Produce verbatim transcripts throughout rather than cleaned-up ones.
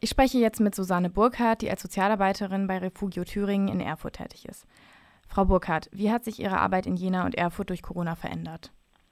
Ich spreche jetzt mit Susanne Burkhardt, die als Sozialarbeiterin bei Refugio Thüringen in Erfurt tätig ist. Frau Burkhardt, wie hat sich Ihre Arbeit in Jena und Erfurt durch Corona verändert?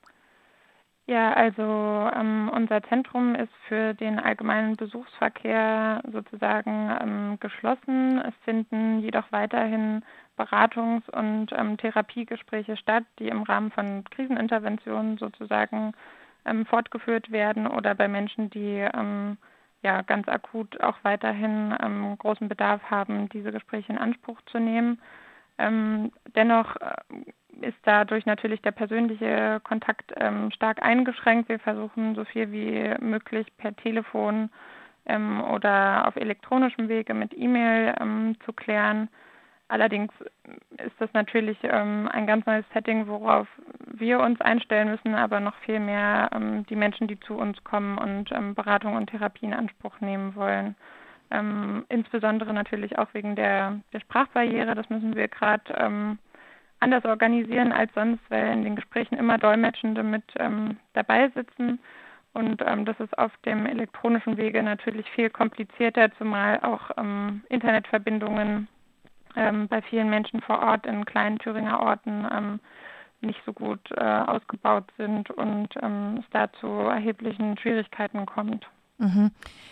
Ja, also ähm, unser Zentrum ist für den allgemeinen Besuchsverkehr sozusagen ähm, geschlossen. Es finden jedoch weiterhin Beratungs- und ähm, Therapiegespräche statt, die im Rahmen von Kriseninterventionen sozusagen ähm, fortgeführt werden oder bei Menschen, die ähm, ja ganz akut auch weiterhin ähm, großen Bedarf haben, diese Gespräche in Anspruch zu nehmen. Ähm, dennoch äh, ist dadurch natürlich der persönliche Kontakt ähm, stark eingeschränkt. Wir versuchen so viel wie möglich per Telefon ähm, oder auf elektronischem Wege mit E-Mail ähm, zu klären. Allerdings ist das natürlich ähm, ein ganz neues Setting, worauf wir uns einstellen müssen, aber noch viel mehr ähm, die Menschen, die zu uns kommen und ähm, Beratung und Therapie in Anspruch nehmen wollen. Ähm, insbesondere natürlich auch wegen der, der Sprachbarriere. Das müssen wir gerade ähm, anders organisieren als sonst, weil in den Gesprächen immer Dolmetschende mit ähm, dabei sitzen. Und ähm, das ist auf dem elektronischen Wege natürlich viel komplizierter, zumal auch ähm, Internetverbindungen ähm, bei vielen Menschen vor Ort in kleinen Thüringer Orten ähm, nicht so gut äh, ausgebaut sind und ähm, es da zu erheblichen Schwierigkeiten kommt. Mhm.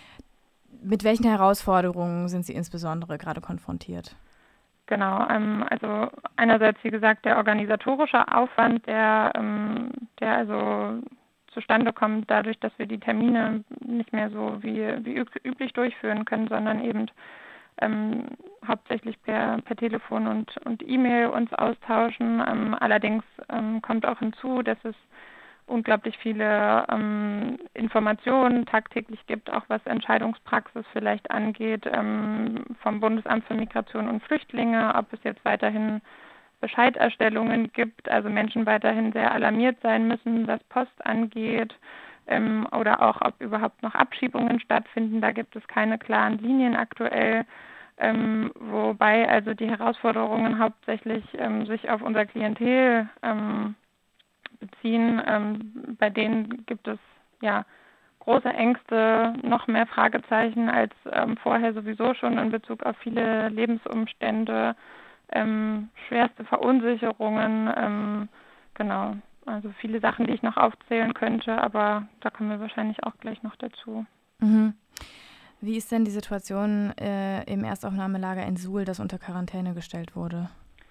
Mit welchen Herausforderungen sind Sie insbesondere gerade konfrontiert? Genau, ähm, also einerseits, wie gesagt, der organisatorische Aufwand, der, ähm, der also zustande kommt dadurch, dass wir die Termine nicht mehr so wie, wie üblich durchführen können, sondern eben ähm, hauptsächlich per, per Telefon und, und E-Mail uns austauschen. Ähm, allerdings ähm, kommt auch hinzu, dass es unglaublich viele ähm, Informationen tagtäglich gibt, auch was Entscheidungspraxis vielleicht angeht, ähm, vom Bundesamt für Migration und Flüchtlinge, ob es jetzt weiterhin Bescheiderstellungen gibt, also Menschen weiterhin sehr alarmiert sein müssen, was Post angeht, ähm, oder auch, ob überhaupt noch Abschiebungen stattfinden. Da gibt es keine klaren Linien aktuell. Ähm, wobei also die Herausforderungen hauptsächlich ähm, sich auf unser Klientel ähm, beziehen. Ähm, bei denen gibt es ja große Ängste, noch mehr Fragezeichen als ähm, vorher sowieso schon in Bezug auf viele Lebensumstände, ähm, schwerste Verunsicherungen, ähm, genau. Also viele Sachen, die ich noch aufzählen könnte, aber da kommen wir wahrscheinlich auch gleich noch dazu. Mhm. Wie ist denn die Situation äh, im Erstaufnahmelager in Suhl, das unter Quarantäne gestellt wurde?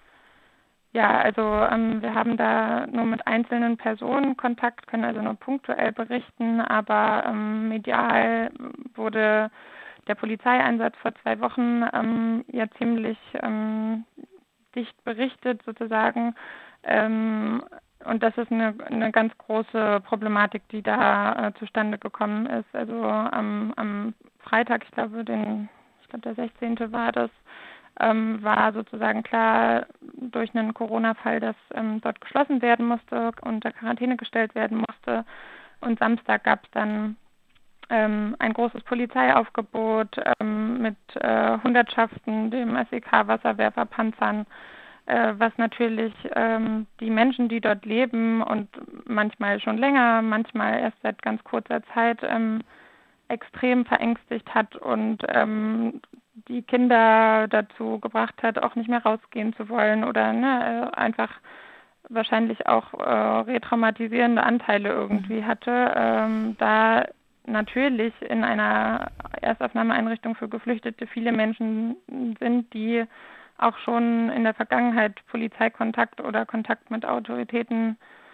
Ja, also ähm, wir haben da nur mit einzelnen Personen Kontakt, können also nur punktuell berichten, aber ähm, medial wurde der Polizeieinsatz vor zwei Wochen ähm, ja ziemlich ähm, dicht berichtet sozusagen. Ähm, und das ist eine, eine ganz große Problematik, die da äh, zustande gekommen ist. Also am, am Freitag, ich glaube, den, ich glaube der sechzehnte war das, ähm, war sozusagen klar durch einen Corona-Fall, dass ähm, dort geschlossen werden musste, unter Quarantäne gestellt werden musste. Und Samstag gab es dann ähm, ein großes Polizeiaufgebot ähm, mit äh, Hundertschaften, dem S E K, Wasserwerferpanzern, äh, was natürlich ähm, die Menschen, die dort leben und manchmal schon länger, manchmal erst seit ganz kurzer Zeit, ähm, extrem verängstigt hat und ähm, die Kinder dazu gebracht hat, auch nicht mehr rausgehen zu wollen oder ne, einfach wahrscheinlich auch äh, retraumatisierende Anteile irgendwie hatte, ähm, da natürlich in einer Erstaufnahmeeinrichtung für Geflüchtete viele Menschen sind, die auch schon in der Vergangenheit Polizeikontakt oder Kontakt mit Autoritäten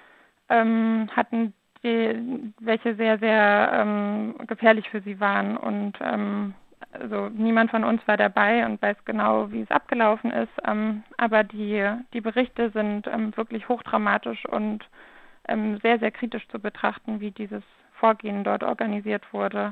ähm, hatten, die, welche sehr, sehr ähm, gefährlich für sie waren. Und ähm, also niemand von uns war dabei und weiß genau, wie es abgelaufen ist. Ähm, aber die, die Berichte sind ähm, wirklich hochtraumatisch und ähm, sehr, sehr kritisch zu betrachten, wie dieses Vorgehen dort organisiert wurde.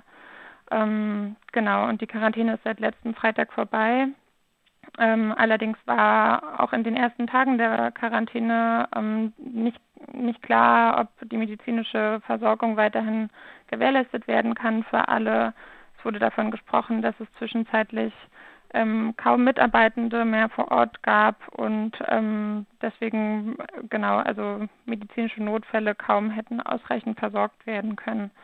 Ähm, genau, und die Quarantäne ist seit letzten Freitag vorbei. Ähm, allerdings war auch in den ersten Tagen der Quarantäne ähm, nicht, nicht klar, ob die medizinische Versorgung weiterhin gewährleistet werden kann für alle. Es wurde davon gesprochen, dass es zwischenzeitlich ähm, kaum Mitarbeitende mehr vor Ort gab und ähm, deswegen genau, also medizinische Notfälle kaum hätten ausreichend versorgt werden können.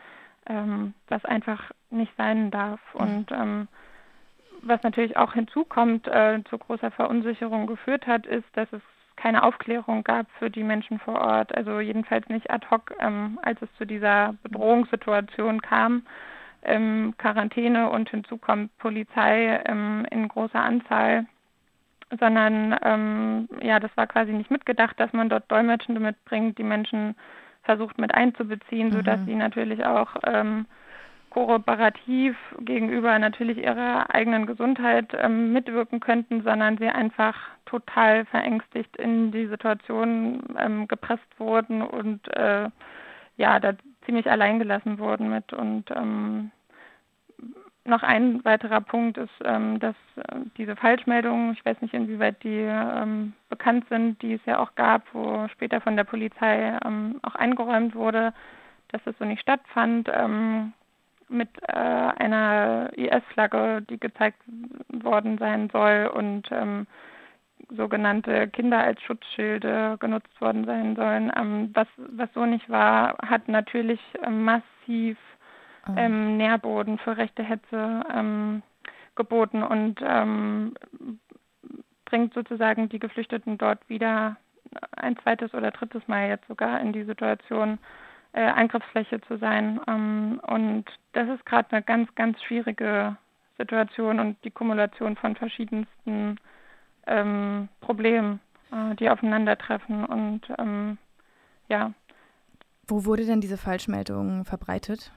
ähm, was einfach nicht sein darf. Und ähm, was natürlich auch hinzukommt, äh, zu großer Verunsicherung geführt hat, ist, dass es keine Aufklärung gab für die Menschen vor Ort. Also jedenfalls nicht ad hoc, ähm, als es zu dieser Bedrohungssituation kam. Ähm, Quarantäne und hinzu kommt Polizei ähm, in großer Anzahl, sondern ähm, ja, das war quasi nicht mitgedacht, dass man dort Dolmetschende mitbringt, die Menschen versucht mit einzubeziehen, sodass Mhm. sie natürlich auch ähm, kooperativ gegenüber natürlich ihrer eigenen Gesundheit ähm, mitwirken könnten, sondern sie einfach total verängstigt in die Situation ähm, gepresst wurden und äh, ja, da ziemlich alleingelassen wurden mit. Und ähm, noch ein weiterer Punkt ist, ähm, dass äh, diese Falschmeldungen, ich weiß nicht, inwieweit die ähm, bekannt sind, die es ja auch gab, wo später von der Polizei ähm, auch eingeräumt wurde, dass es so nicht stattfand, ähm, mit äh, einer I S-Flagge, die gezeigt worden sein soll und ähm, sogenannte Kinder als Schutzschilde genutzt worden sein sollen. Ähm, was, was so nicht war, hat natürlich ähm, massiv Ah. ähm, Nährboden für rechte Hetze ähm, geboten und ähm, bringt sozusagen die Geflüchteten dort wieder ein zweites oder drittes Mal jetzt sogar in die Situation, äh, Angriffsfläche zu sein. Ähm, und das ist gerade eine ganz, ganz schwierige Situation und die Kumulation von verschiedensten ähm, Problemen, äh, die aufeinandertreffen. Und ähm, ja. Wo wurde denn diese Falschmeldung verbreitet?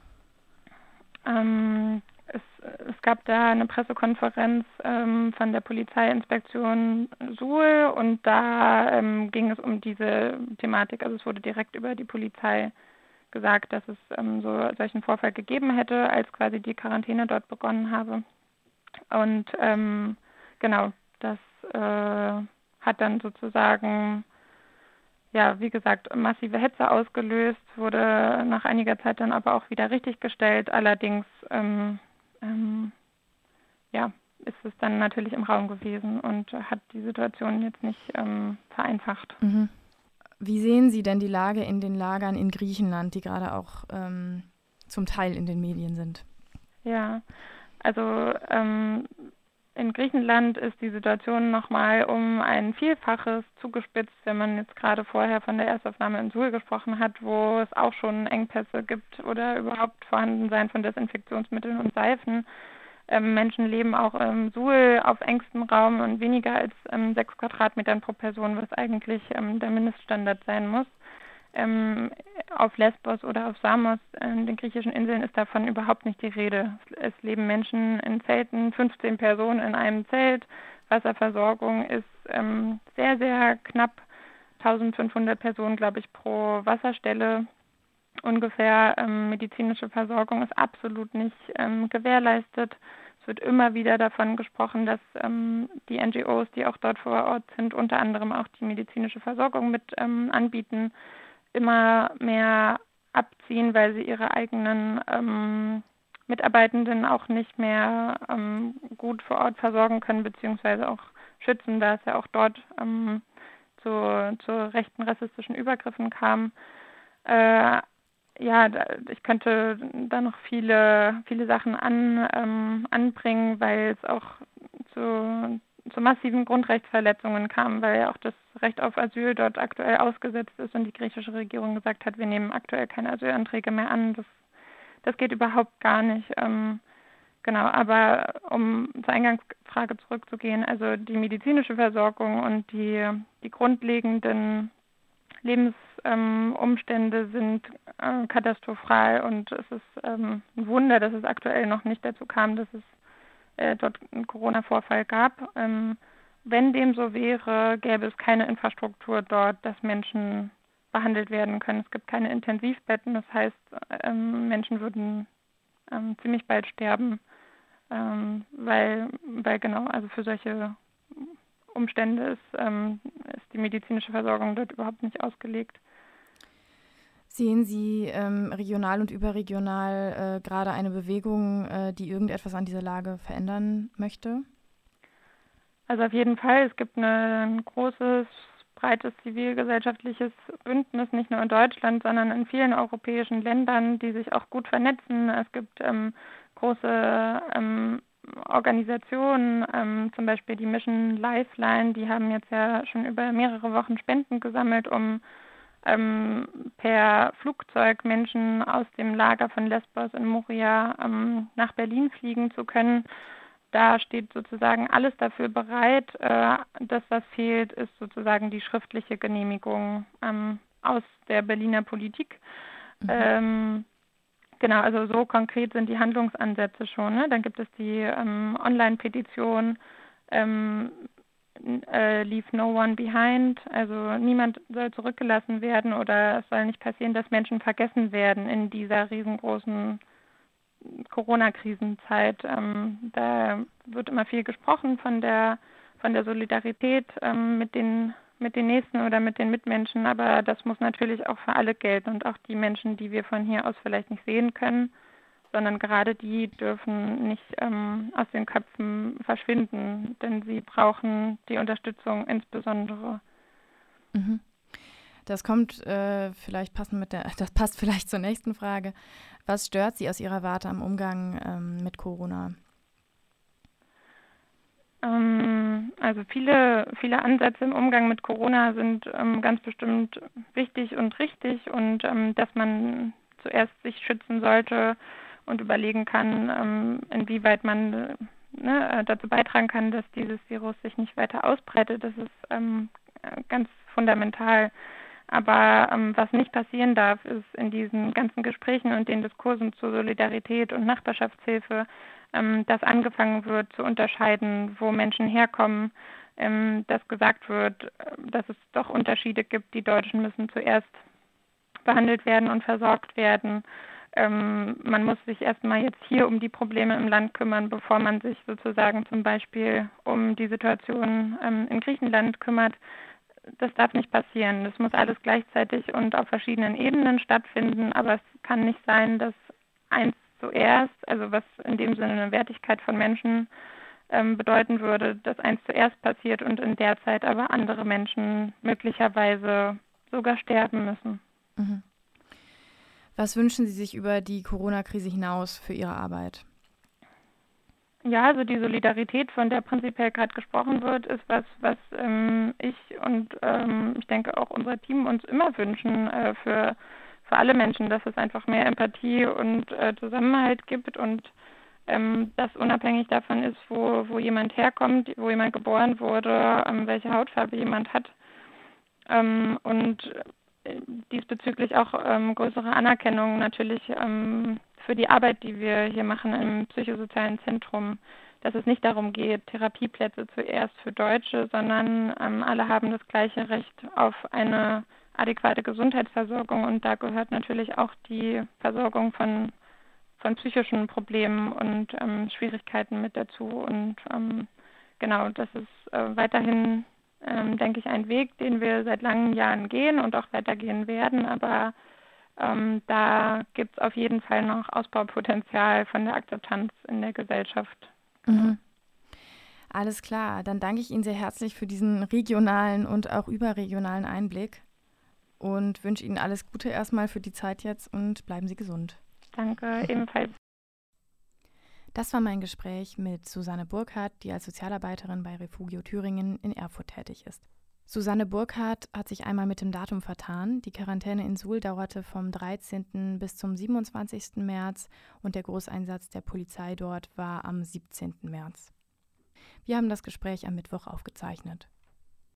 Ähm, es, es gab da eine Pressekonferenz ähm, von der Polizeiinspektion Suhl und da ähm, ging es um diese Thematik. Also es wurde direkt über die Polizei gesagt, dass es ähm, so solchen Vorfall gegeben hätte, als quasi die Quarantäne dort begonnen habe. Und ähm, genau, das äh, hat dann sozusagen, ja, wie gesagt, massive Hetze ausgelöst, wurde nach einiger Zeit dann aber auch wieder richtiggestellt. Allerdings, ähm, ähm, ja, ist es dann natürlich im Raum gewesen und hat die Situation jetzt nicht ähm, vereinfacht. Mhm. Wie sehen Sie denn die Lage in den Lagern in Griechenland, die gerade auch ähm, zum Teil in den Medien sind? Ja, also ähm, in Griechenland ist die Situation nochmal um ein Vielfaches zugespitzt, wenn man jetzt gerade vorher von der Erstaufnahme in Suhl gesprochen hat, wo es auch schon Engpässe gibt oder überhaupt Vorhandensein von Desinfektionsmitteln und Seifen. Ähm, Menschen leben auch im Suhl auf engstem Raum und weniger als ähm, sechs Quadratmetern pro Person, was eigentlich ähm, der Mindeststandard sein muss. Ähm, auf Lesbos oder auf Samos, in den griechischen Inseln, ist davon überhaupt nicht die Rede. Es leben Menschen in Zelten, fünfzehn Personen in einem Zelt. Wasserversorgung ist ähm, sehr, sehr knapp. eintausendfünfhundert Personen, glaube ich, pro Wasserstelle ungefähr. Ähm, medizinische Versorgung ist absolut nicht ähm, gewährleistet. Es wird immer wieder davon gesprochen, dass ähm, die N G Os, die auch dort vor Ort sind, unter anderem auch die medizinische Versorgung mit ähm, anbieten, immer mehr abziehen, weil sie ihre eigenen ähm, Mitarbeitenden auch nicht mehr ähm, gut vor Ort versorgen können, beziehungsweise auch schützen, da es ja auch dort ähm, zu, zu rechten rassistischen Übergriffen kam. Äh, ja, da, ich könnte da noch viele, viele Sachen an, ähm, anbringen, weil es auch zu zu massiven Grundrechtsverletzungen kam, weil ja auch das Recht auf Asyl dort aktuell ausgesetzt ist und die griechische Regierung gesagt hat, wir nehmen aktuell keine Asylanträge mehr an. Das, das geht überhaupt gar nicht. Ähm, genau, aber um zur Eingangsfrage zurückzugehen, also die medizinische Versorgung und die, die grundlegenden Lebensumstände ähm, sind äh, katastrophal und es ist ähm, ein Wunder, dass es aktuell noch nicht dazu kam, dass es äh, dort einen Corona-Vorfall gab. Ähm, wenn dem so wäre, gäbe es keine Infrastruktur dort, dass Menschen behandelt werden können. Es gibt keine Intensivbetten, das heißt, ähm, Menschen würden ähm, ziemlich bald sterben, ähm, weil, weil genau, also für solche Umstände ist, ähm, ist die medizinische Versorgung dort überhaupt nicht ausgelegt. Sehen Sie ähm, regional und überregional äh, gerade eine Bewegung, äh, die irgendetwas an dieser Lage verändern möchte? Also auf jeden Fall, es gibt eine, ein großes, breites zivilgesellschaftliches Bündnis, nicht nur in Deutschland, sondern in vielen europäischen Ländern, die sich auch gut vernetzen. Es gibt ähm, große ähm, Organisationen, ähm, zum Beispiel die Mission Lifeline, die haben jetzt ja schon über mehrere Wochen Spenden gesammelt, um ähm, per Flugzeug Menschen aus dem Lager von Lesbos in Moria ähm, nach Berlin fliegen zu können. Da steht sozusagen alles dafür bereit. Äh, das, was fehlt, ist sozusagen die schriftliche Genehmigung ähm, aus der Berliner Politik. Mhm. Ähm, genau, also so konkret sind die Handlungsansätze schon. Ne? Dann gibt es die ähm, Online-Petition ähm, äh, Leave No One Behind. Also niemand soll zurückgelassen werden oder es soll nicht passieren, dass Menschen vergessen werden in dieser riesengroßen Corona-Krisenzeit. Ähm, da wird immer viel gesprochen von der von der Solidarität ähm, mit den mit den Nächsten oder mit den Mitmenschen, aber das muss natürlich auch für alle gelten und auch die Menschen, die wir von hier aus vielleicht nicht sehen können, sondern gerade die dürfen nicht ähm, aus den Köpfen verschwinden, denn sie brauchen die Unterstützung insbesondere. Mhm. Das kommt äh, vielleicht passend mit der, das passt vielleicht zur nächsten Frage. Was stört Sie aus Ihrer Warte am Umgang ähm, mit Corona? Ähm, also viele, viele Ansätze im Umgang mit Corona sind ähm, ganz bestimmt wichtig und richtig und ähm, dass man zuerst sich schützen sollte und überlegen kann, ähm, inwieweit man ne, dazu beitragen kann, dass dieses Virus sich nicht weiter ausbreitet. Das ist ähm, ganz fundamental. Aber ähm, was nicht passieren darf, ist in diesen ganzen Gesprächen und den Diskursen zur Solidarität und Nachbarschaftshilfe, ähm, dass angefangen wird zu unterscheiden, wo Menschen herkommen, ähm, dass gesagt wird, dass es doch Unterschiede gibt. Die Deutschen müssen zuerst behandelt werden und versorgt werden. Ähm, man muss sich erstmal jetzt hier um die Probleme im Land kümmern, bevor man sich sozusagen zum Beispiel um die Situation ähm, in Griechenland kümmert. Das darf nicht passieren. Das muss alles gleichzeitig und auf verschiedenen Ebenen stattfinden, aber es kann nicht sein, dass eins zuerst, also was in dem Sinne eine Wertigkeit von Menschen ähm, bedeuten würde, dass eins zuerst passiert und in der Zeit aber andere Menschen möglicherweise sogar sterben müssen. Mhm. Was wünschen Sie sich über die Corona-Krise hinaus für Ihre Arbeit? Ja, also die Solidarität, von der prinzipiell gerade gesprochen wird, ist was, was ähm, ich und ähm, ich denke auch unser Team uns immer wünschen äh, für, für alle Menschen, dass es einfach mehr Empathie und äh, Zusammenhalt gibt und ähm, das unabhängig davon ist, wo, wo jemand herkommt, wo jemand geboren wurde, ähm, welche Hautfarbe jemand hat. Ähm, und diesbezüglich auch ähm, größere Anerkennung natürlich ähm, für die Arbeit, die wir hier machen im psychosozialen Zentrum, dass es nicht darum geht, Therapieplätze zuerst für Deutsche, sondern ähm, alle haben das gleiche Recht auf eine adäquate Gesundheitsversorgung und da gehört natürlich auch die Versorgung von, von psychischen Problemen und ähm, Schwierigkeiten mit dazu und ähm, genau, das ist äh, weiterhin Ähm, denke ich, ein Weg, den wir seit langen Jahren gehen und auch weitergehen werden. Aber ähm, da gibt es auf jeden Fall noch Ausbaupotenzial von der Akzeptanz in der Gesellschaft. Mhm. Alles klar, dann danke ich Ihnen sehr herzlich für diesen regionalen und auch überregionalen Einblick und wünsche Ihnen alles Gute erstmal für die Zeit jetzt und bleiben Sie gesund. Danke, ebenfalls. Das war mein Gespräch mit Susanne Burkhardt, die als Sozialarbeiterin bei Refugio Thüringen in Erfurt tätig ist. Susanne Burkhardt hat sich einmal mit dem Datum vertan. Die Quarantäne in Suhl dauerte vom dreizehnten bis zum siebenundzwanzigsten März und der Großeinsatz der Polizei dort war am siebzehnten März. Wir haben das Gespräch am Mittwoch aufgezeichnet.